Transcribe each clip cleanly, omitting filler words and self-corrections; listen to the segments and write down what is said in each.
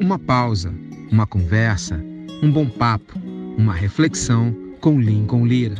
Uma pausa, uma conversa, um bom papo, uma reflexão com Lincoln Lira.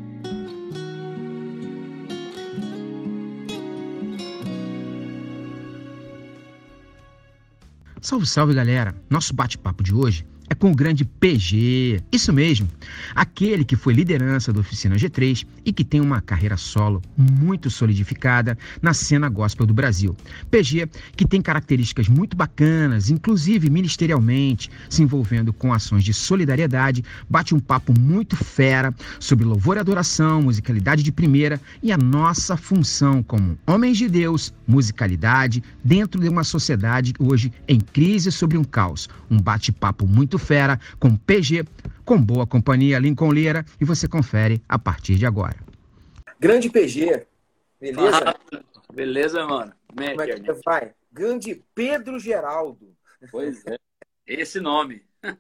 Salve, salve, galera! Nosso bate-papo de hoje é com o grande PG, isso mesmo, aquele que foi liderança da Oficina G3 e que tem uma carreira solo muito solidificada na cena gospel do Brasil. PG, que tem características muito bacanas, inclusive ministerialmente, se envolvendo com ações de solidariedade, bate um papo muito fera sobre louvor e adoração, musicalidade de primeira e a nossa função como homens de Deus, musicalidade, dentro de uma sociedade hoje em crise sobre um caos. Um bate-papo muito fera com PG, com boa companhia, Lincoln Lira, e você confere a partir de agora. Grande PG, beleza? Beleza, mano? Como é que vai? Grande Pedro Geraldo. Pois é, esse nome.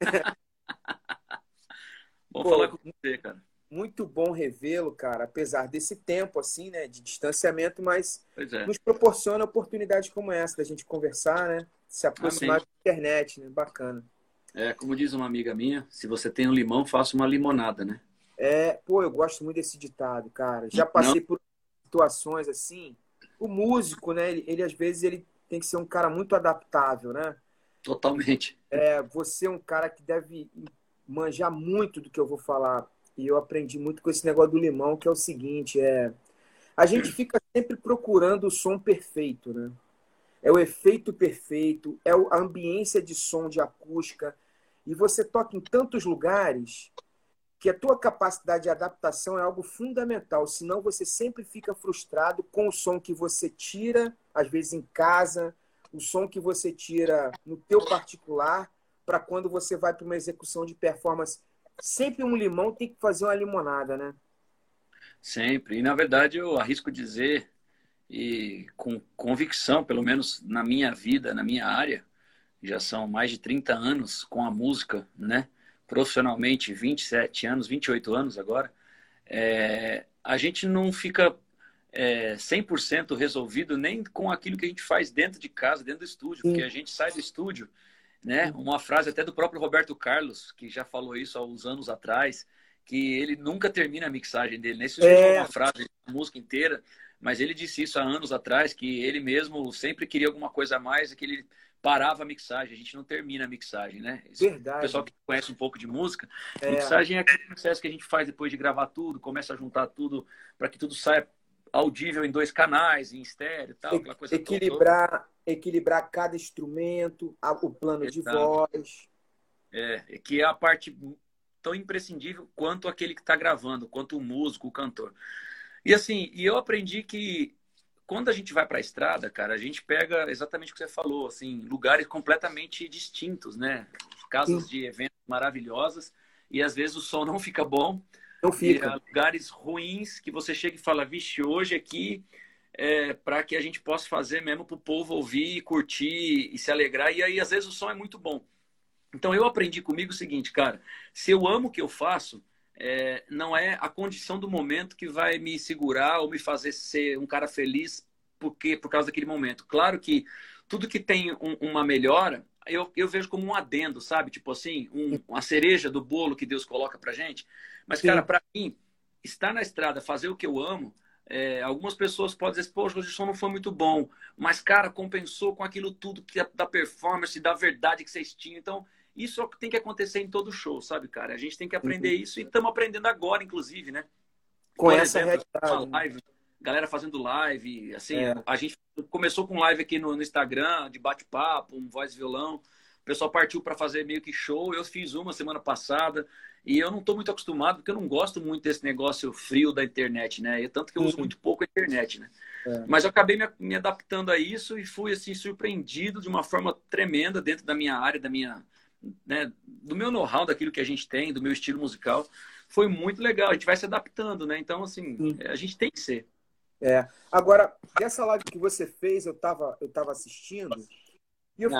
Vamos falar com você, cara. Muito bom revê-lo, cara, apesar desse tempo, assim, né, de distanciamento, mas nos proporciona oportunidades como essa, da gente conversar, né, se aproximar da internet, né, bacana. Como diz uma amiga minha, se você tem um limão, faça uma limonada, né? Eu gosto muito desse ditado, cara. Já passei por situações assim. O músico, né, ele às vezes ele tem que ser um cara muito adaptável, né? Totalmente. Você é um cara que deve manjar muito do que eu vou falar. E eu aprendi muito com esse negócio do limão, que é o seguinte, a gente fica sempre procurando o som perfeito, né? É o efeito perfeito, é a ambiência de som, de acústica. E você toca em tantos lugares que a tua capacidade de adaptação é algo fundamental. Senão você sempre fica frustrado com o som que você tira, às vezes em casa, o som que você tira no teu particular, para quando você vai para uma execução de performance. Sempre um limão tem que fazer uma limonada, né? Sempre. E, na verdade, eu arrisco dizer, e com convicção, pelo menos na minha vida, na minha área, já são mais de 30 anos com a música, né? Profissionalmente, 27 anos, 28 anos agora, a gente não fica 100% resolvido nem com aquilo que a gente faz dentro de casa, dentro do estúdio, porque a gente sai do estúdio, né? Uma frase até do próprio Roberto Carlos, que já falou isso há uns anos atrás, que ele nunca termina a mixagem dele, né? Isso é uma frase, a música inteira, mas ele disse isso há anos atrás, que ele mesmo sempre queria alguma coisa a mais e que ele parava a mixagem. A gente não termina a mixagem, né? Verdade. O pessoal que conhece um pouco de música, mixagem é aquele processo que a gente faz depois de gravar tudo, começa a juntar tudo para que tudo saia audível em 2 canais, em estéreo e tal, aquela coisa equilibrar cada instrumento, o plano de voz. Que é a parte tão imprescindível quanto aquele que está gravando, quanto o músico, o cantor. E assim, eu aprendi que quando a gente vai para a estrada, cara, a gente pega exatamente o que você falou, assim, lugares completamente distintos, né? Casas de eventos maravilhosas e às vezes o som não fica bom. Não fica. E lugares ruins que você chega e fala, vixe, hoje aqui para que a gente possa fazer mesmo para o povo ouvir, curtir e se alegrar. E aí, às vezes, o som é muito bom. Então, eu aprendi comigo o seguinte, cara, se eu amo o que eu faço, não é a condição do momento que vai me segurar ou me fazer ser um cara feliz por causa daquele momento. Claro que tudo que tem uma melhora, eu vejo como um adendo, sabe? Tipo assim, uma cereja do bolo que Deus coloca pra gente. Mas, cara, pra mim, estar na estrada, fazer o que eu amo, algumas pessoas podem dizer, poxa, hoje o som não foi muito bom. Mas, cara, compensou com aquilo tudo que da performance, da verdade que vocês tinham. Então, isso é o que tem que acontecer em todo show, sabe, cara? A gente tem que aprender isso e estamos aprendendo agora, inclusive, né? Com essa realidade. Live, galera fazendo live, assim, a gente começou com live aqui no Instagram, de bate-papo, voz e violão. O pessoal partiu para fazer meio que show. Eu fiz uma semana passada e eu não estou muito acostumado, porque eu não gosto muito desse negócio frio da internet, né? E tanto que eu uso muito pouco a internet, né? Mas eu acabei me adaptando a isso e fui, assim, surpreendido de uma forma tremenda dentro da minha área, né, do meu know-how, daquilo que a gente tem, do meu estilo musical. Foi muito legal. A gente vai se adaptando, né? Então, assim, a gente tem que ser. Agora, dessa live que você fez, eu tava assistindo e eu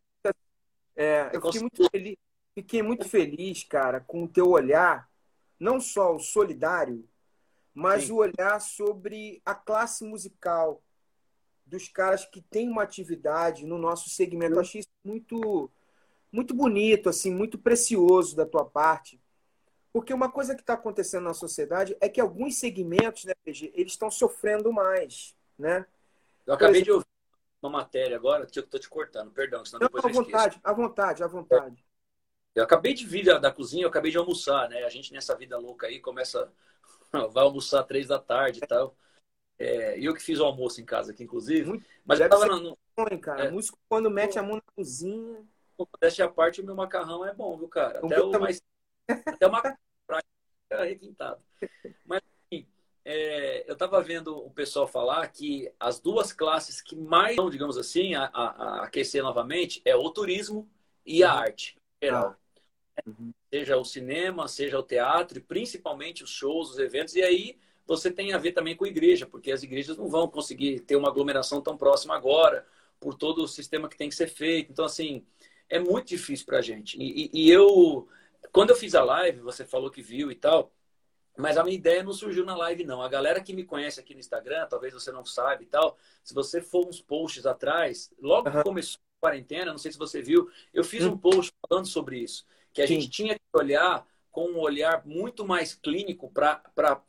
fiquei muito feliz, cara, com o teu olhar, não só o solidário, mas o olhar sobre a classe musical dos caras que têm uma atividade no nosso segmento. Eu achei isso muito, muito bonito, assim, muito precioso da tua parte. Porque uma coisa que está acontecendo na sociedade é que alguns segmentos, né, PG, eles estão sofrendo mais, né? Eu acabei de ouvir uma matéria agora, que eu estou te cortando, perdão, senão Não, depois à eu esqueço. vontade, à vontade, à vontade. Eu acabei de vir da cozinha, eu acabei de almoçar, né? A gente nessa vida louca aí começa, vai almoçar 3 da tarde e tal. E eu que fiz o almoço em casa aqui, inclusive. Muito, Mas eu deve tava ser no. bom, hein, cara? É, Músico, quando mete a mão na cozinha. Modéstia à parte, o meu macarrão é bom, viu, cara? O meu Até o macarrão é requintado. Mas, enfim, eu estava vendo o pessoal falar que as duas classes que mais, digamos assim, a aquecer novamente é o turismo e a arte, em geral. Seja o cinema, seja o teatro, e principalmente os shows, os eventos. E aí você tem a ver também com a igreja, porque as igrejas não vão conseguir ter uma aglomeração tão próxima agora, por todo o sistema que tem que ser feito. Então, assim, é muito difícil para a gente. E eu, quando eu fiz a live, você falou que viu e tal, mas a minha ideia não surgiu na live, não. A galera que me conhece aqui no Instagram, talvez você não saiba e tal, se você for uns posts atrás, logo que começou a quarentena, não sei se você viu, eu fiz um post falando sobre isso, que a gente tinha que olhar com um olhar muito mais clínico para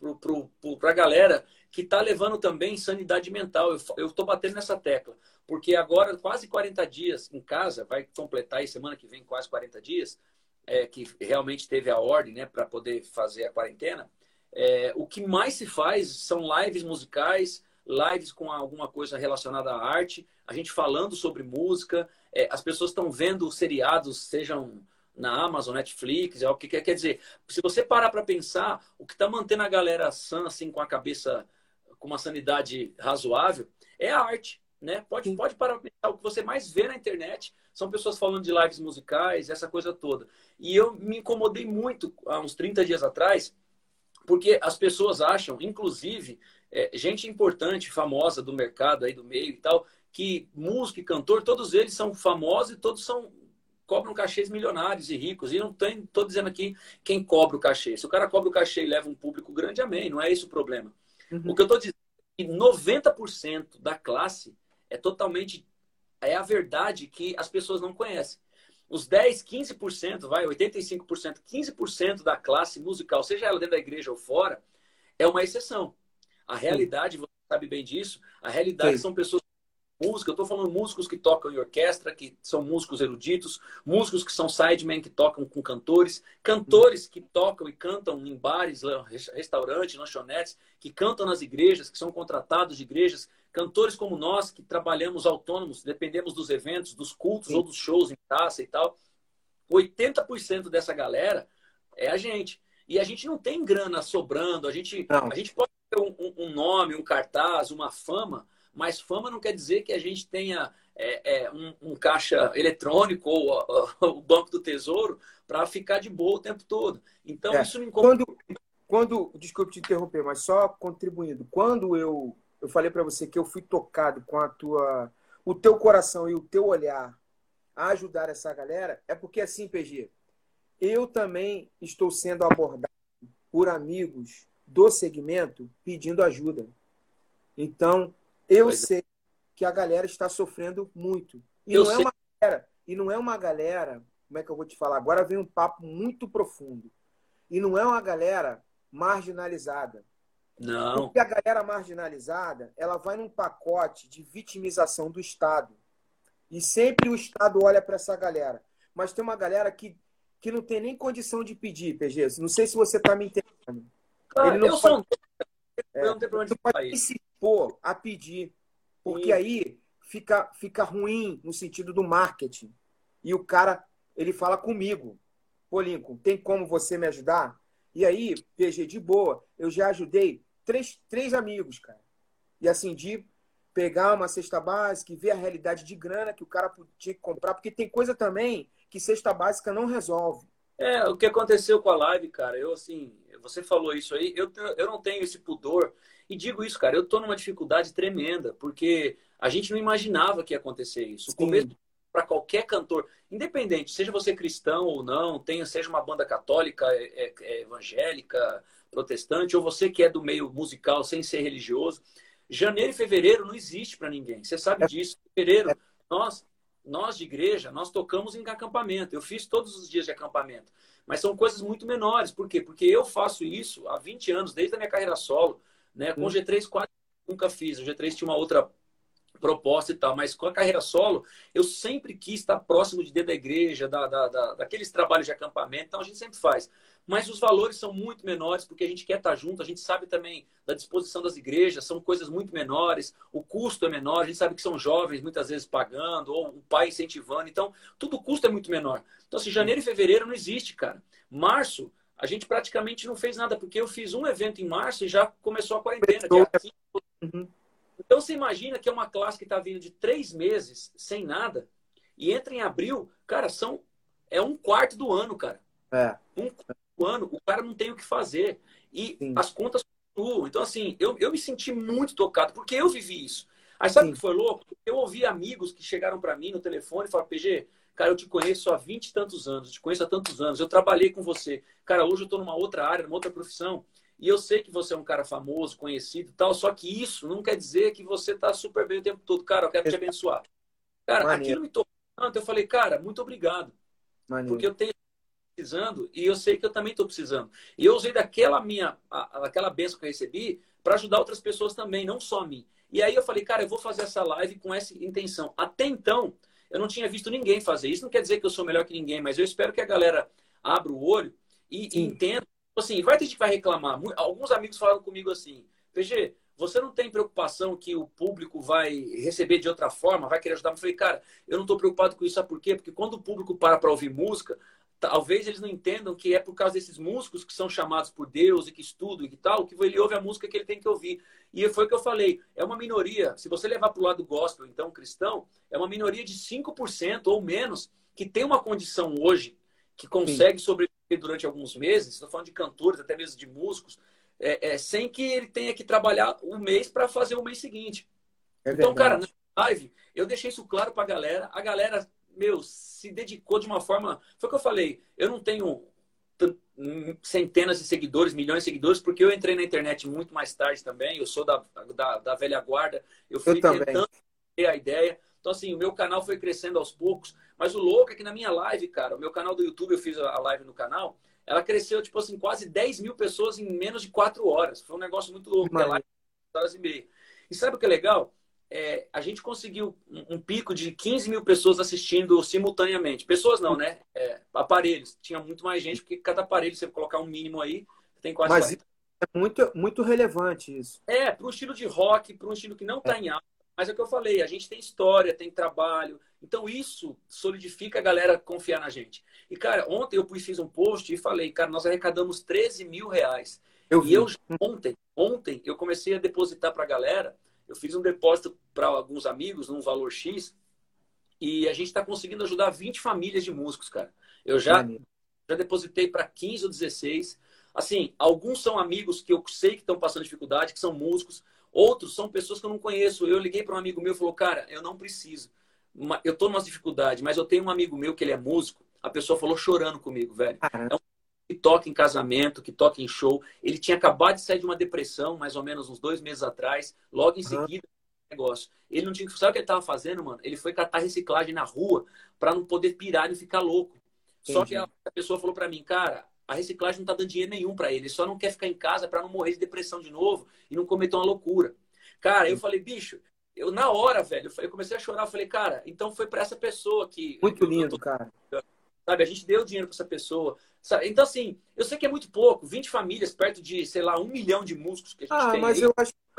a galera que está levando também sanidade mental. Eu estou batendo nessa tecla, porque agora, quase 40 dias em casa, vai completar aí semana que vem quase 40 dias, que realmente teve a ordem, né, para poder fazer a quarentena. O que mais se faz são lives musicais, lives com alguma coisa relacionada à arte, a gente falando sobre música, as pessoas estão vendo seriados, sejam na Amazon, Netflix, o que quer dizer. Se você parar para pensar, o que está mantendo a galera sã, assim, com a cabeça, com uma sanidade razoável, é a arte, né? Pode parar para pensar, o que você mais vê na internet são pessoas falando de lives musicais, essa coisa toda. E eu me incomodei muito, há uns 30 dias atrás, porque as pessoas acham, inclusive, gente importante, famosa do mercado, aí do meio e tal, que músico e cantor, todos eles são famosos e todos cobram cachês milionários e ricos. E não estou dizendo aqui quem cobra o cachê. Se o cara cobra o cachê e leva um público grande, amém. Não é esse o problema. O que eu estou dizendo é que 90% da classe é a verdade que as pessoas não conhecem. Os 10, 15%, 85%, 15% da classe musical, seja ela dentro da igreja ou fora, é uma exceção. A realidade, você sabe bem disso, a realidade são pessoas música, eu estou falando músicos que tocam em orquestra, que são músicos eruditos, músicos que são sidemen, que tocam com cantores, cantores que tocam e cantam em bares, restaurantes, lanchonetes, que cantam nas igrejas, que são contratados de igrejas, cantores como nós, que trabalhamos autônomos, dependemos dos eventos, dos cultos ou dos shows em praça e tal. 80% dessa galera é a gente. E a gente não tem grana sobrando, a gente pode ter um nome, um cartaz, uma fama, mas fama não quer dizer que a gente tenha um caixa eletrônico ou o Banco do Tesouro para ficar de boa o tempo todo. Então, isso me incomoda. Desculpe te interromper, mas só contribuindo. Quando eu falei para você que eu fui tocado com o teu coração e o teu olhar a ajudar essa galera, é porque assim, PG, eu também estou sendo abordado por amigos do segmento pedindo ajuda. Então, eu sei que a galera está sofrendo muito. E não é uma galera, como é que eu vou te falar? Agora vem um papo muito profundo. E não é uma galera marginalizada. Não. Porque a galera marginalizada, ela vai num pacote de vitimização do Estado. E sempre o Estado olha para essa galera. Mas tem uma galera que não tem nem condição de pedir, PG. Não sei se você está me entendendo. Ele não pode se expor a pedir. Porque aí fica ruim no sentido do marketing. E o cara, ele fala comigo. Pô, Lincoln, tem como você me ajudar? E aí, PG, de boa, eu já ajudei três amigos, cara. E assim, de pegar uma cesta básica e ver a realidade de grana que o cara tinha que comprar, porque tem coisa também que cesta básica não resolve. O que aconteceu com a live, cara, você falou isso aí, eu não tenho esse pudor, e digo isso, cara, eu tô numa dificuldade tremenda, porque a gente não imaginava que ia acontecer isso. O começo para qualquer cantor, independente, seja você cristão ou não, seja uma banda católica, evangélica, protestante, ou você que é do meio musical sem ser religioso, janeiro e fevereiro não existe para ninguém. Você sabe disso. Fevereiro, nós de igreja, nós tocamos em acampamento. Eu fiz todos os dias de acampamento. Mas são coisas muito menores. Por quê? Porque eu faço isso há 20 anos, desde a minha carreira solo. Né? Com o G3 quase nunca fiz. O G3 tinha uma outra proposta e tal, mas com a carreira solo, eu sempre quis estar próximo de dentro da igreja, daqueles trabalhos de acampamento, então a gente sempre faz. Mas os valores são muito menores, porque a gente quer estar junto, a gente sabe também da disposição das igrejas, são coisas muito menores, o custo é menor, a gente sabe que são jovens muitas vezes pagando, ou o pai incentivando, então tudo o custo é muito menor. Então, assim, janeiro e fevereiro não existe, cara. Março, a gente praticamente não fez nada, porque eu fiz um evento em março e já começou a quarentena, dia 15. Então, você imagina que é uma classe que está vindo de 3 meses sem nada e entra em abril, cara, é um quarto do ano, cara. Um quarto do ano, o cara não tem o que fazer. E as contas continuam. Então, assim, eu me senti muito tocado, porque eu vivi isso. Aí, sabe o que foi louco? Eu ouvi amigos que chegaram para mim no telefone e falaram, PG, cara, eu te conheço há 20 e tantos anos, eu te conheço há tantos anos, eu trabalhei com você. Cara, hoje eu estou numa outra área, numa outra profissão. E eu sei que você é um cara famoso, conhecido e tal, só que isso não quer dizer que você tá super bem o tempo todo. Cara, eu quero te abençoar. Cara, aquilo me tocou tanto. Eu falei, cara, muito obrigado. Porque eu tenho precisando e eu sei que eu também estou precisando. E eu usei daquela bênção que eu recebi para ajudar outras pessoas também, não só a mim. E aí eu falei, cara, eu vou fazer essa live com essa intenção. Até então, eu não tinha visto ninguém fazer. Isso não quer dizer que eu sou melhor que ninguém, mas eu espero que a galera abra o olho e entenda. Assim, vai ter gente que vai reclamar. Alguns amigos falaram comigo assim, PG, você não tem preocupação que o público vai receber de outra forma, vai querer ajudar? Eu falei, cara, eu não estou preocupado com isso, sabe por quê? Porque quando o público para ouvir música, talvez eles não entendam que é por causa desses músicos que são chamados por Deus e que estudam e que tal, que ele ouve a música que ele tem que ouvir. E foi o que eu falei, é uma minoria, se você levar para o lado gospel, então cristão, é uma minoria de 5% ou menos que tem uma condição hoje que consegue sobreviver durante alguns meses, estou falando de cantores, até mesmo de músicos, sem que ele tenha que trabalhar um mês para fazer o mês seguinte. Então, cara, na live, eu deixei isso claro para a galera, se dedicou de uma forma... Foi o que eu falei, eu não tenho centenas de seguidores, milhões de seguidores, porque eu entrei na internet muito mais tarde também, eu sou da velha guarda, eu fui tentando ter a ideia. Então, assim, o meu canal foi crescendo aos poucos, mas o louco é que na minha live, cara, o meu canal do YouTube, eu fiz a live no canal, ela cresceu, tipo assim, quase 10 mil pessoas em menos de 4 horas. Foi um negócio muito louco, a live 4 horas e meia. E sabe o que é legal? A gente conseguiu um pico de 15 mil pessoas assistindo simultaneamente. Pessoas não, né? Aparelhos. Tinha muito mais gente, porque cada aparelho, você colocar um mínimo aí, tem quase... Mas 40. É muito, muito relevante isso. Para um estilo de rock, para um estilo que não está em alta. Mas é o que eu falei, a gente tem história, tem trabalho. Então isso solidifica a galera confiar na gente. E, cara, ontem eu fiz um post e falei, cara, nós arrecadamos 13 mil reais. Ontem eu comecei a depositar para a galera, eu fiz um depósito para alguns amigos num valor X e a gente está conseguindo ajudar 20 famílias de músicos, cara. Eu já depositei para 15 ou 16. Assim, alguns são amigos que eu sei que estão passando dificuldade, que são músicos. Outros são pessoas que eu não conheço. Eu liguei para um amigo meu e falou, cara, eu não preciso. Eu tô numa dificuldade, mas eu tenho um amigo meu que ele é músico. A pessoa falou chorando comigo, velho. É um que toca em casamento, que toca em show. Ele tinha acabado de sair de uma depressão, mais ou menos uns 2 meses atrás. Logo em seguida, negócio. Ele não tinha... Sabe o que ele tava fazendo, mano? Ele foi catar reciclagem na rua para não poder pirar e ficar louco. Entendi. Só que a pessoa falou para mim, cara, a reciclagem não tá dando dinheiro nenhum para ele. Ele só não quer ficar em casa para não morrer de depressão de novo e não cometer uma loucura. Cara, eu falei, bicho, na hora, velho, eu comecei a chorar. Eu falei, cara, então foi para essa pessoa que... Muito lindo, cara. Sabe, a gente deu dinheiro para essa pessoa. Sabe? Então, assim, eu sei que é muito pouco. 20 famílias perto de, sei lá, 1 milhão de músicos que a gente tem. Mas aí.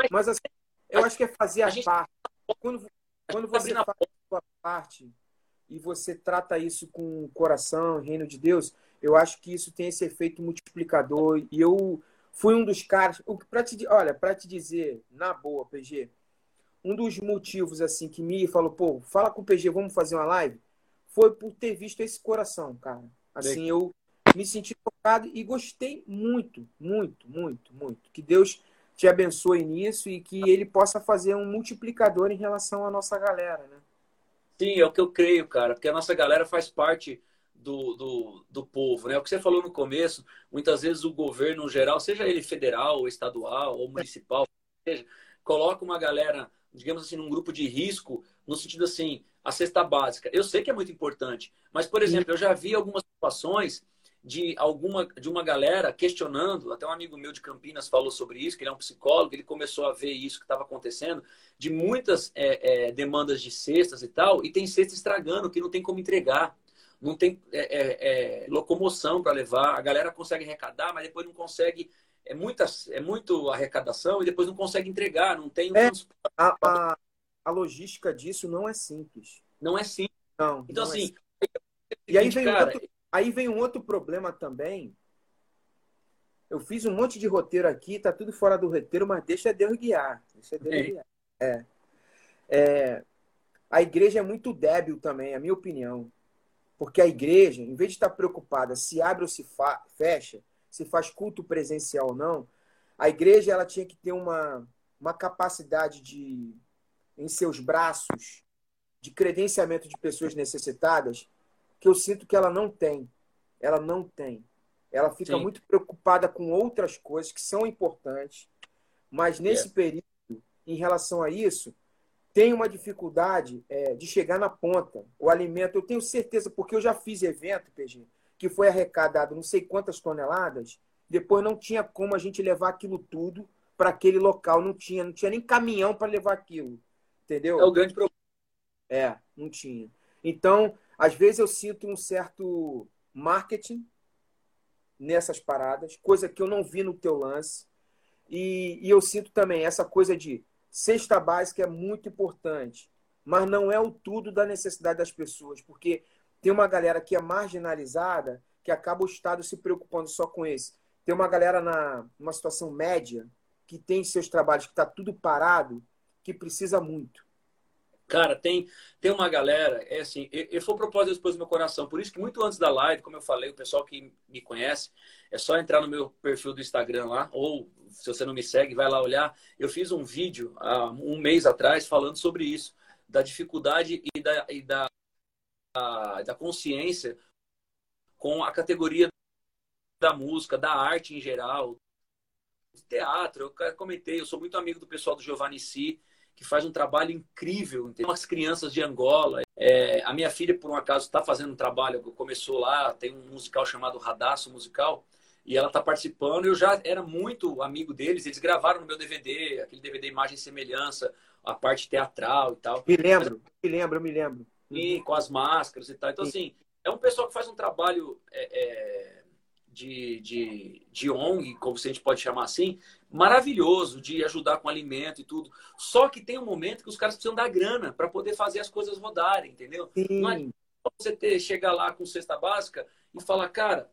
Eu acho que é fazer a parte. Quando você faz a sua parte e você trata isso com o coração, reino de Deus, eu acho que isso tem esse efeito multiplicador. E eu fui um dos caras... Para te dizer, na boa, PG, um dos motivos assim que me falou, pô, fala com o PG, vamos fazer uma live, foi por ter visto esse coração, cara. Assim, eu me senti tocado e gostei muito, muito, muito, muito. Que Deus te abençoe nisso e que ele possa fazer um multiplicador em relação à nossa galera, né? Sim, é o que eu creio, cara, porque a nossa galera faz parte do povo, né? O que você falou no começo, muitas vezes o governo geral, seja ele federal, ou estadual, ou municipal, seja, coloca uma galera, digamos assim, num grupo de risco, no sentido assim, a cesta básica. Eu sei que é muito importante, mas, por exemplo, eu já vi algumas situações de uma galera questionando, até um amigo meu de Campinas falou sobre isso, que ele é um psicólogo, ele começou a ver isso que estava acontecendo, de muitas demandas de cestas e tal, e tem cesta estragando, que não tem como entregar, não tem locomoção para levar, a galera consegue arrecadar, mas depois não consegue, é muito arrecadação e depois não consegue entregar, não tem transporte. A logística disso não é simples. Não é simples. Não, então, não assim, e aí vem um outro problema também. Eu fiz um monte de roteiro aqui, tá tudo fora do roteiro, mas deixa Deus guiar. Deixa Deus guiar. A igreja é muito débil também, é a minha opinião. Porque a igreja, em vez de estar preocupada se abre ou se fecha, se faz culto presencial ou não, a igreja ela tinha que ter uma capacidade em seus braços de credenciamento de pessoas necessitadas que eu sinto que ela não tem. Ela não tem. Ela fica muito preocupada com outras coisas que são importantes, mas nesse período, em relação a isso, tem uma dificuldade de chegar na ponta. O alimento, eu tenho certeza, porque eu já fiz evento, PG, que foi arrecadado não sei quantas toneladas, depois não tinha como a gente levar aquilo tudo para aquele local. Não tinha nem caminhão para levar aquilo. Entendeu? É o grande problema. Não tinha. Então, às vezes eu sinto um certo marketing nessas paradas, coisa que eu não vi no teu lance. E eu sinto também essa coisa de cesta básica é muito importante, mas não é o tudo da necessidade das pessoas, porque tem uma galera que é marginalizada, que acaba o Estado se preocupando só com esse. Tem uma galera numa situação média, que tem seus trabalhos, que está tudo parado, que precisa muito. Cara, tem uma galera, assim, eu vou propósito depois do meu coração, por isso que muito antes da live, como eu falei, o pessoal que me conhece, é só entrar no meu perfil do Instagram lá, ou se você não me segue, vai lá olhar. Eu fiz um vídeo há um mês atrás falando sobre isso, da dificuldade e da consciência com a categoria da música, da arte em geral, do teatro. Eu comentei, eu sou muito amigo do pessoal do Giovanni Si, que faz um trabalho incrível. Tem umas crianças de Angola. A minha filha, por um acaso, está fazendo um trabalho, começou lá, tem um musical chamado Radaço Musical, e ela está participando. Eu já era muito amigo deles, eles gravaram no meu DVD, aquele DVD Imagem e Semelhança, a parte teatral e tal. Me lembro. E com as máscaras e tal. Então, assim, é um pessoal que faz um trabalho de ONG, como a gente pode chamar assim, maravilhoso, de ajudar com alimento e tudo. Só que tem um momento que os caras precisam dar grana para poder fazer as coisas rodarem, entendeu? Sim. Não é você chegar lá com cesta básica e falar, cara,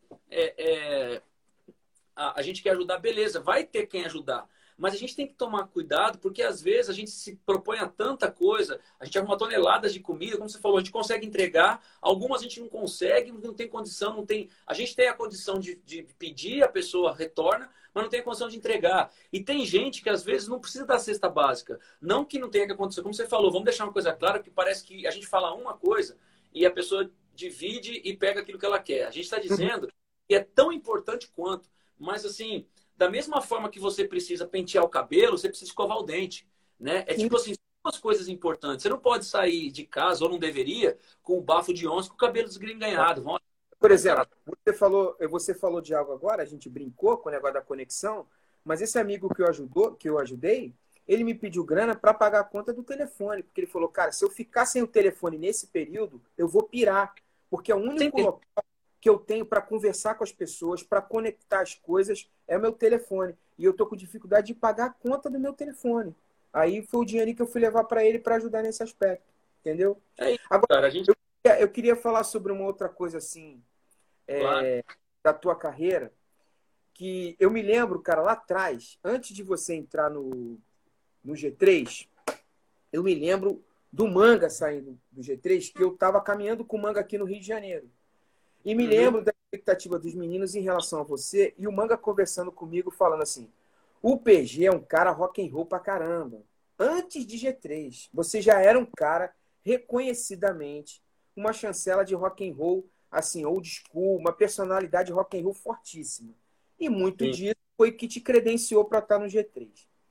a gente quer ajudar, beleza, vai ter quem ajudar. Mas a gente tem que tomar cuidado, porque às vezes a gente se propõe a tanta coisa, a gente arruma toneladas de comida, como você falou, a gente consegue entregar, algumas a gente não consegue, não tem condição, não tem. A gente tem a condição de pedir, a pessoa retorna, mas não tem a condição de entregar. E tem gente que às vezes não precisa da cesta básica. Não que não tenha que acontecer, como você falou, vamos deixar uma coisa clara, que parece que a gente fala uma coisa e a pessoa divide e pega aquilo que ela quer. A gente está dizendo que é tão importante quanto, mas assim. Da mesma forma que você precisa pentear o cabelo, você precisa escovar o dente, né? Tipo assim, duas coisas importantes. Você não pode sair de casa, ou não deveria, com o bafo de onça, com o cabelo desgrenganhado. Por exemplo, você falou de algo agora, a gente brincou com o negócio da conexão, mas esse amigo que eu ajudei, ele me pediu grana para pagar a conta do telefone, porque ele falou, cara, se eu ficar sem o telefone nesse período, eu vou pirar, porque é o único local que eu tenho para conversar com as pessoas, para conectar as coisas, é o meu telefone. E eu tô com dificuldade de pagar a conta do meu telefone. Aí foi o dinheiro que eu fui levar para ele para ajudar nesse aspecto. Entendeu? Agora, eu queria falar sobre uma outra coisa assim, claro. da tua carreira, que eu me lembro, cara, lá atrás, antes de você entrar no G3, eu me lembro do Manga saindo do G3, que eu estava caminhando com o Manga aqui no Rio de Janeiro. E me lembro da expectativa dos meninos em relação a você, e o Manga conversando comigo, falando assim, o PG é um cara rock and roll pra caramba. Antes de G3, você já era um cara reconhecidamente uma chancela de rock and roll, assim, old school, uma personalidade rock and roll fortíssima. E muito disso foi que te credenciou para estar no G3.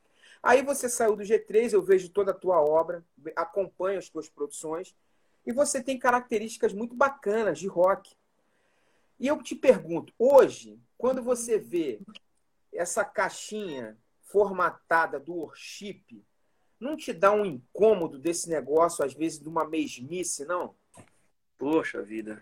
Aí você saiu do G3, eu vejo toda a tua obra, acompanho as tuas produções, e você tem características muito bacanas de rock. E eu te pergunto, hoje, quando você vê essa caixinha formatada do worship, não te dá um incômodo desse negócio, às vezes, de uma mesmice, não? Poxa vida.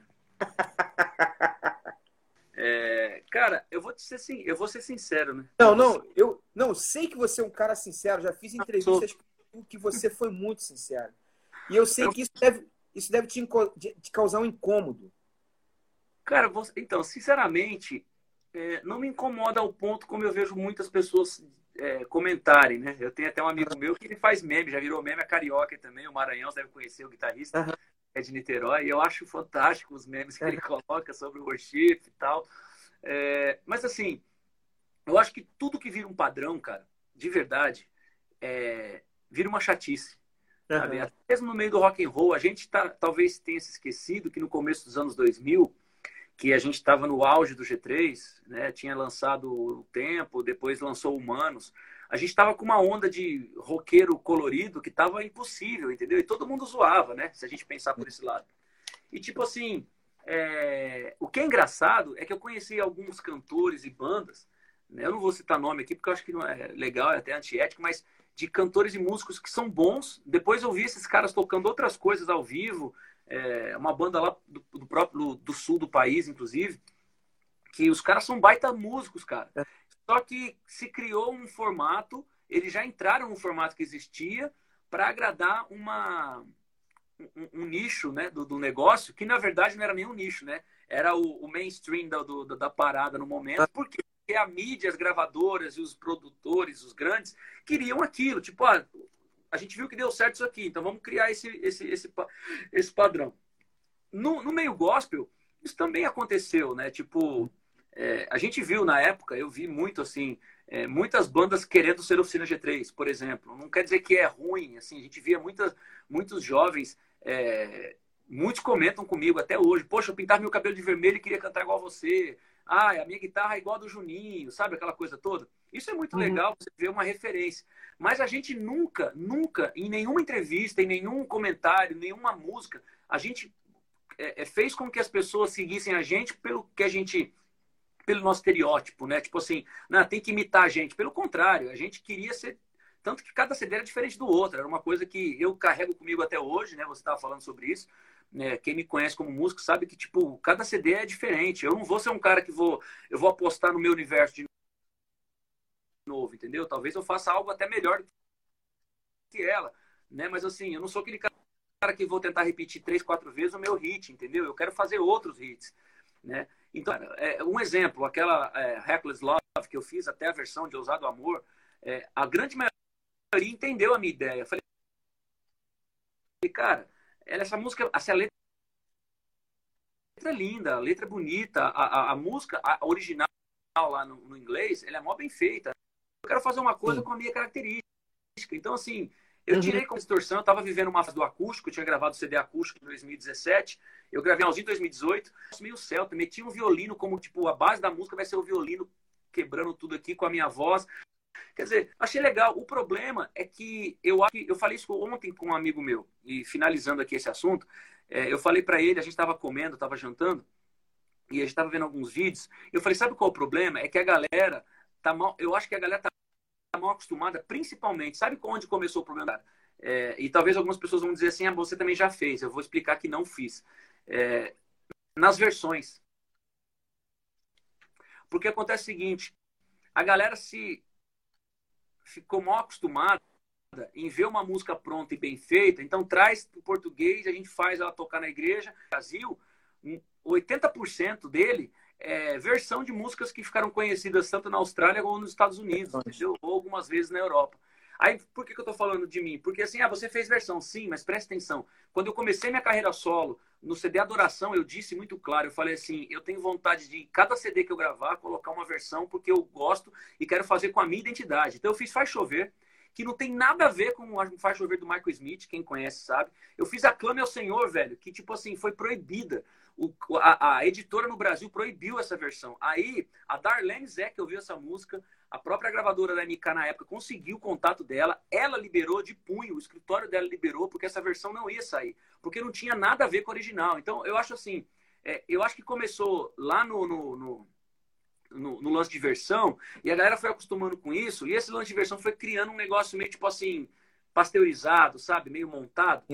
Cara, eu vou ser sincero, né? Eu sei que você é um cara sincero, já fiz entrevistas com que você foi muito sincero. E eu sei que isso deve te causar um incômodo. Cara, então, sinceramente, não me incomoda ao ponto como eu vejo muitas pessoas comentarem, né? Eu tenho até um amigo meu que ele faz meme, já virou meme, é carioca também, o Maranhão, você deve conhecer o guitarrista, é de Niterói, e eu acho fantástico os memes que ele coloca sobre o worship e tal. Mas assim, eu acho que tudo que vira um padrão, cara, de verdade, vira uma chatice. Sabe? Até mesmo no meio do rock and roll, a gente talvez tenha se esquecido que no começo dos anos 2000, que a gente estava no auge do G3, né? Tinha lançado o Tempo, depois lançou Humanos. A gente estava com uma onda de roqueiro colorido que estava impossível, entendeu? E todo mundo zoava, né? Se a gente pensar por esse lado. E tipo assim, o que é engraçado é que eu conheci alguns cantores e bandas, né? Eu não vou citar nome aqui porque eu acho que não é legal, é até antiético, mas de cantores e músicos que são bons. Depois eu vi esses caras tocando outras coisas ao vivo, uma banda lá do próprio do sul do país, inclusive, que os caras são baita músicos, cara. Só que se criou um formato, eles já entraram no formato que existia para agradar um nicho, né, do negócio, que na verdade não era nenhum nicho, né? Era o mainstream da parada no momento, porque a mídia, as gravadoras e os produtores, os grandes, queriam aquilo. Tipo, a gente viu que deu certo isso aqui, então vamos criar esse padrão. No meio gospel, isso também aconteceu, né? Tipo, a gente viu na época, eu vi muito assim, muitas bandas querendo ser Oficina G3, por exemplo. Não quer dizer que é ruim, assim, a gente via muitos jovens, muitos comentam comigo até hoje, poxa, eu pintava meu cabelo de vermelho e queria cantar igual você. A minha guitarra é igual a do Juninho, sabe aquela coisa toda? Isso é muito legal, você vê uma referência. Mas a gente nunca, em nenhuma entrevista, em nenhum comentário, nenhuma música, a gente fez com que as pessoas seguissem a gente pelo nosso estereótipo, né? Tipo assim, não, tem que imitar a gente. Pelo contrário, a gente queria ser... Tanto que cada CD era diferente do outro. Era uma coisa que eu carrego comigo até hoje, né? Você estava falando sobre isso. Quem me conhece como músico sabe que, tipo, cada CD é diferente. Eu não vou ser um cara que eu vou apostar no meu universo de novo, entendeu? Talvez eu faça algo até melhor do que ela, né? Mas assim, eu não sou aquele cara que vou tentar repetir 3, 4 vezes o meu hit, entendeu? Eu quero fazer outros hits, né? Então, um exemplo, aquela Reckless Love que eu fiz, até a versão de Ousado Amor, a grande maioria entendeu a minha ideia. Eu falei, cara, essa música, essa letra é linda, a letra é bonita, a música, a original lá no inglês, ela é mó bem feita. Eu quero fazer uma coisa com a minha característica. Então, assim, eu tirei com distorção, eu estava vivendo uma fase do acústico, eu tinha gravado CD acústico em 2017, eu gravei em 2018, meio celta, meti um violino como, tipo, a base da música vai ser o violino quebrando tudo aqui com a minha voz. Quer dizer, achei legal. O problema é que eu falei isso ontem com um amigo meu, e finalizando aqui esse assunto, eu falei para ele, a gente estava comendo, estava jantando, e a gente estava vendo alguns vídeos, eu falei, sabe qual é o problema? É que a galera tá mal, eu acho que a galera tá mal acostumada, principalmente, sabe onde começou o problema? E talvez algumas pessoas vão dizer assim, você também já fez, eu vou explicar que não fiz. Nas versões. Porque acontece o seguinte, a galera ficou mal acostumada em ver uma música pronta e bem feita, então traz para o português, a gente faz ela tocar na igreja. No Brasil, 80% dele é versão de músicas que ficaram conhecidas tanto na Austrália como nos Estados Unidos, entendeu? Ou algumas vezes na Europa. Aí, por que eu tô falando de mim? Porque assim, você fez versão, sim, mas presta atenção. Quando eu comecei minha carreira solo, no CD Adoração, eu disse muito claro, eu falei assim, eu tenho vontade de, cada CD que eu gravar, colocar uma versão, porque eu gosto e quero fazer com a minha identidade. Então eu fiz Faz Chover, que não tem nada a ver com a Faz Chover do Michael Smith, quem conhece sabe. Eu fiz Aclame ao Senhor, velho, que tipo assim, foi proibida. A editora no Brasil proibiu essa versão. Aí, a Darlene Zé, que ouviu essa música, a própria gravadora da MK na época conseguiu o contato dela, ela liberou de punho, o escritório dela liberou, porque essa versão não ia sair, porque não tinha nada a ver com o original. Então, eu acho assim, eu acho que começou lá no lance de versão, e a galera foi acostumando com isso, e esse lance de versão foi criando um negócio meio, tipo assim, pasteurizado, sabe? Meio montado.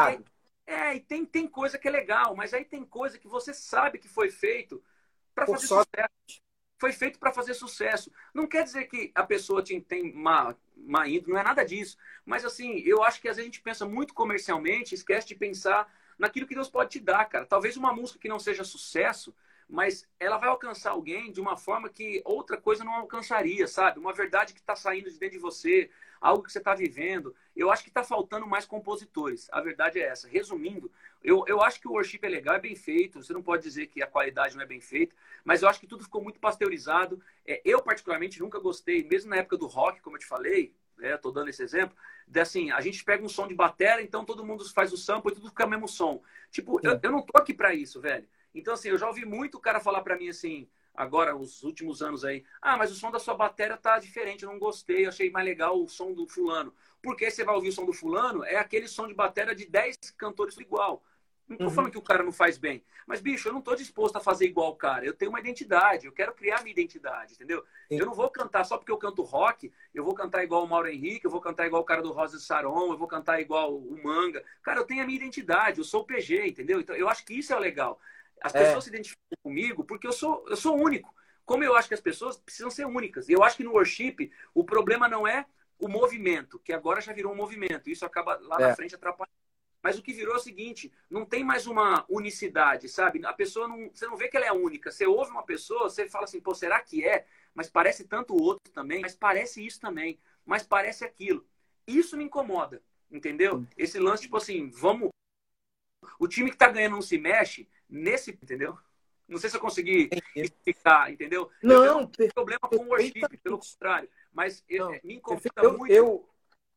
E tem coisa que é legal, mas aí tem coisa que você sabe que foi feito para fazer sucesso. Foi feito para fazer sucesso. Não quer dizer que a pessoa tem má índole, não é nada disso. Mas, assim, eu acho que às vezes a gente pensa muito comercialmente, esquece de pensar naquilo que Deus pode te dar, cara. Talvez uma música que não seja sucesso, mas ela vai alcançar alguém de uma forma que outra coisa não alcançaria, sabe? Uma verdade que está saindo de dentro de você, algo que você está vivendo. Eu acho que está faltando mais compositores. A verdade é essa. Resumindo, eu acho que o worship é legal, é bem feito. Você não pode dizer que a qualidade não é bem feita, mas eu acho que tudo ficou muito pasteurizado. Eu, particularmente, nunca gostei, mesmo na época do rock, como eu te falei, estou dando esse exemplo, assim, a gente pega um som de batera, então todo mundo faz o sample e tudo fica o mesmo som. Tipo, eu não tô aqui para isso, velho. Então, assim, eu já ouvi muito o cara falar para mim assim, agora, os últimos anos aí, mas o som da sua bateria tá diferente, eu não gostei, eu achei mais legal o som do fulano. Porque você vai ouvir o som do fulano, é aquele som de bateria de 10 cantores igual. Não tô falando que o cara não faz bem. Mas, bicho, eu não tô disposto a fazer igual o cara. Eu tenho uma identidade, eu quero criar minha identidade, entendeu? Sim. Eu não vou cantar só porque eu canto rock, eu vou cantar igual o Mauro Henrique, eu vou cantar igual o cara do Rosa de Saron, eu vou cantar igual o Manga. Cara, eu tenho a minha identidade, eu sou o PG, entendeu? Então, eu acho que isso é legal. As pessoas se identificam comigo porque eu sou único. Como eu acho que as pessoas precisam ser únicas. E eu acho que no worship, o problema não é o movimento, que agora já virou um movimento. Isso acaba lá na frente atrapalhando. Mas o que virou é o seguinte, não tem mais uma unicidade, sabe? A pessoa não... Você não vê que ela é única. Você ouve uma pessoa, você fala assim, pô, será que é? Mas parece tanto o outro também, mas parece isso também, mas parece aquilo. Isso me incomoda, entendeu? Esse lance, tipo assim, vamos... O time que tá ganhando não se mexe nesse, entendeu? Não sei se eu consegui explicar, entendeu? Não, eu tenho problema com o worship, pelo contrário. Mas me incomoda muito.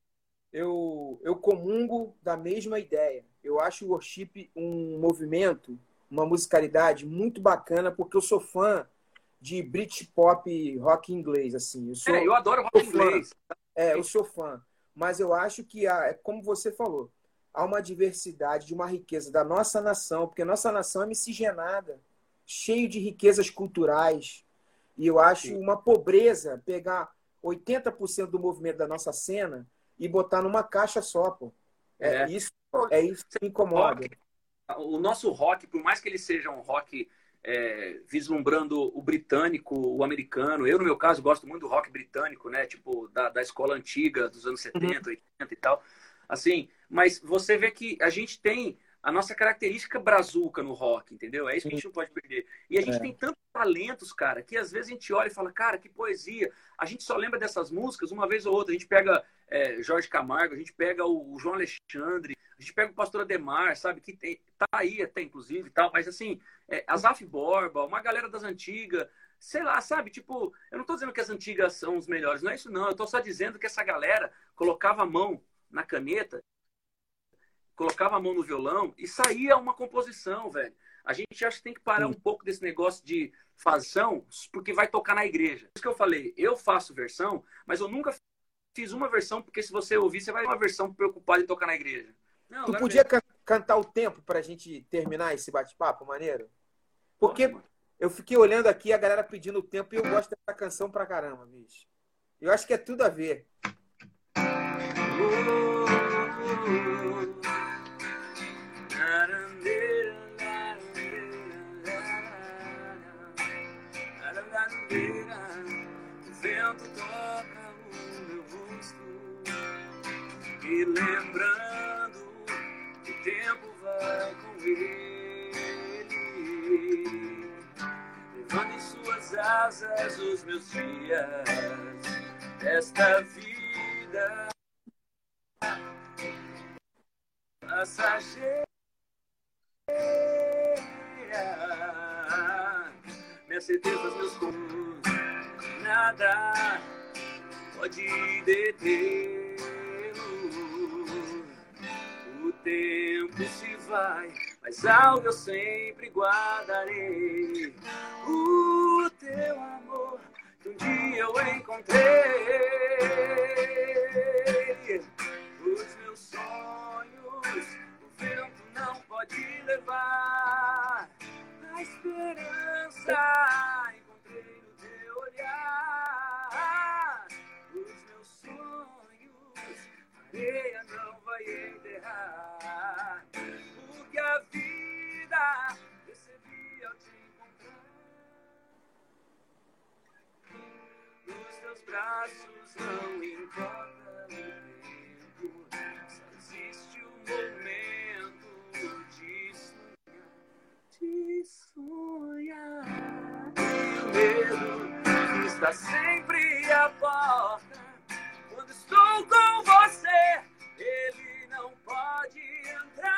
Eu comungo da mesma ideia. Eu acho o worship um movimento, uma musicalidade muito bacana, porque eu sou fã de Britpop rock inglês, assim. Eu adoro rock inglês. Eu sou fã. Mas eu acho que, como você falou, há uma diversidade, de uma riqueza da nossa nação, porque nossa nação é miscigenada, cheio de riquezas culturais. E eu acho uma pobreza pegar 80% do movimento da nossa cena e botar numa caixa só, pô. Isso que me incomoda. O nosso rock, por mais que ele seja um rock vislumbrando o britânico, o americano, eu, no meu caso, gosto muito do rock britânico, né? Tipo, da escola antiga, dos anos 70, 80 e tal. Assim, mas você vê que a gente tem a nossa característica brazuca no rock, entendeu? É isso que a gente não pode perder. E a gente tem tantos talentos, cara, que às vezes a gente olha e fala, cara, que poesia. A gente só lembra dessas músicas uma vez ou outra. A gente pega Jorge Camargo, a gente pega o João Alexandre, a gente pega o Pastor Ademar, sabe? Que tá aí até, inclusive, e tal. Mas, assim, Azaf Borba, uma galera das antigas, sei lá, sabe? Tipo, eu não tô dizendo que as antigas são os melhores, não é isso não. Eu tô só dizendo que essa galera colocava a mão na caneta, colocava a mão no violão e saía uma composição, velho. A gente acha que tem que parar um pouco desse negócio de fação, porque vai tocar na igreja. Isso que eu falei, eu faço versão, mas eu nunca fiz uma versão, porque se você ouvir, você vai ter uma versão preocupada em tocar na igreja. Não, tu podia cantar o tempo pra gente terminar esse bate-papo, maneiro? Porque eu fiquei olhando aqui a galera pedindo o tempo e eu gosto dessa canção pra caramba, bicho. Eu acho que é tudo a ver. O vento toca o meu rosto e lembrando que o tempo vai com ele, levando em suas asas os meus dias desta vida passageira. Minhas certezas, meus sonhos, nada pode deter. tempo se vai, mas algo eu sempre guardarei. O teu amor que um dia eu encontrei. Os meus sonhos o vento não pode levar. A esperança encontrei no teu olhar. Os meus sonhos a areia não vai enterrar. O que a vida recebi ao te encontrar. Nos teus braços não importa o tempo, só existe o momento de sonhar. O medo está sempre à porta. Quando estou com você, ele não pode entrar.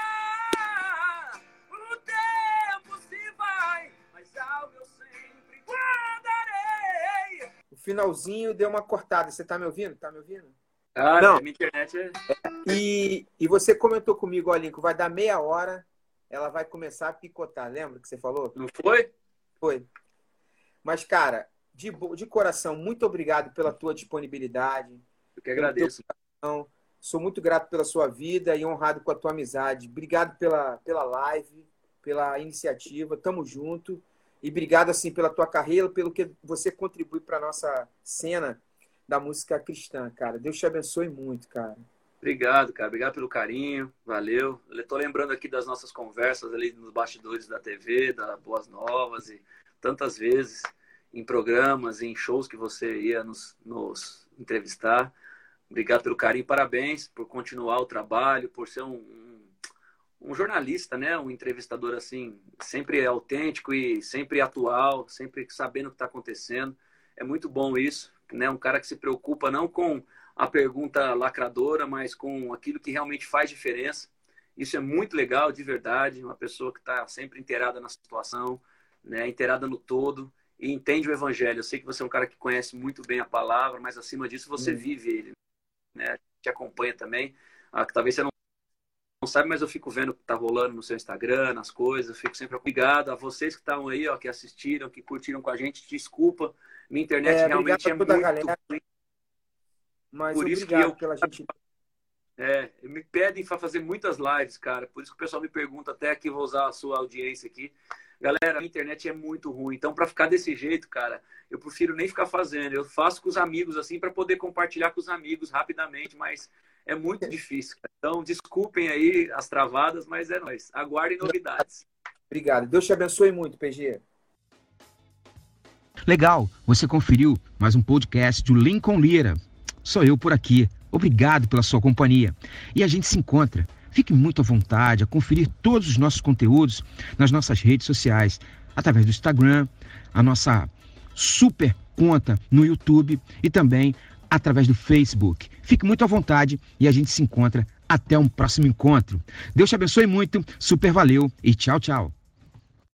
O tempo se vai, mas algo eu sempre guardarei. O finalzinho deu uma cortada. Você tá me ouvindo? Tá me ouvindo? Ah, não. Minha internet é... E você comentou comigo, ó, Lincoln, vai dar meia hora, ela vai começar a picotar. Lembra que você falou? Não foi? Foi. Mas, cara, de coração, muito obrigado pela tua disponibilidade. Eu que agradeço. Sou muito grato pela sua vida e honrado com a tua amizade. Obrigado pela live, pela iniciativa. Tamo junto. E obrigado, assim, pela tua carreira, pelo que você contribui para a nossa cena da música cristã, cara. Deus te abençoe muito, cara. Obrigado, cara. Obrigado pelo carinho. Valeu. Eu tô lembrando aqui das nossas conversas ali nos bastidores da TV, da Boas Novas, e tantas vezes em programas, em shows que você ia nos entrevistar. Obrigado pelo carinho. Parabéns por continuar o trabalho, por ser um jornalista, né? Um entrevistador assim, sempre autêntico e sempre atual, sempre sabendo o que está acontecendo. É muito bom isso, né? Um cara que se preocupa não com a pergunta lacradora, mas com aquilo que realmente faz diferença. Isso é muito legal, de verdade. Uma pessoa que está sempre inteirada na situação, né? Inteirada no todo e entende o evangelho. Eu sei que você é um cara que conhece muito bem a palavra, mas acima disso você vive ele, né? A gente te acompanha também. Talvez você não sabe, mas eu fico vendo o que tá rolando no seu Instagram, nas coisas, eu fico sempre obrigado a vocês que estão aí, ó, que assistiram, que curtiram com a gente. Desculpa, minha internet realmente é muito ruim. Mas por isso que pela gente... me pedem para fazer muitas lives, cara. Por isso que o pessoal me pergunta, até que vou usar a sua audiência aqui. Galera, a internet é muito ruim. Então, para ficar desse jeito, cara, eu prefiro nem ficar fazendo. Eu faço com os amigos, assim, para poder compartilhar com os amigos rapidamente, mas é muito difícil, cara. Então, desculpem aí as travadas, mas é nóis. Aguardem novidades. Obrigado. Deus te abençoe muito, PG. Legal, você conferiu mais um podcast do Lincoln Lira. Sou eu por aqui. Obrigado pela sua companhia. E a gente se encontra. Fique muito à vontade a conferir todos os nossos conteúdos nas nossas redes sociais, através do Instagram, a nossa super conta no YouTube e também através do Facebook. Fique muito à vontade e a gente se encontra até um próximo encontro. Deus te abençoe muito, super valeu e tchau, tchau.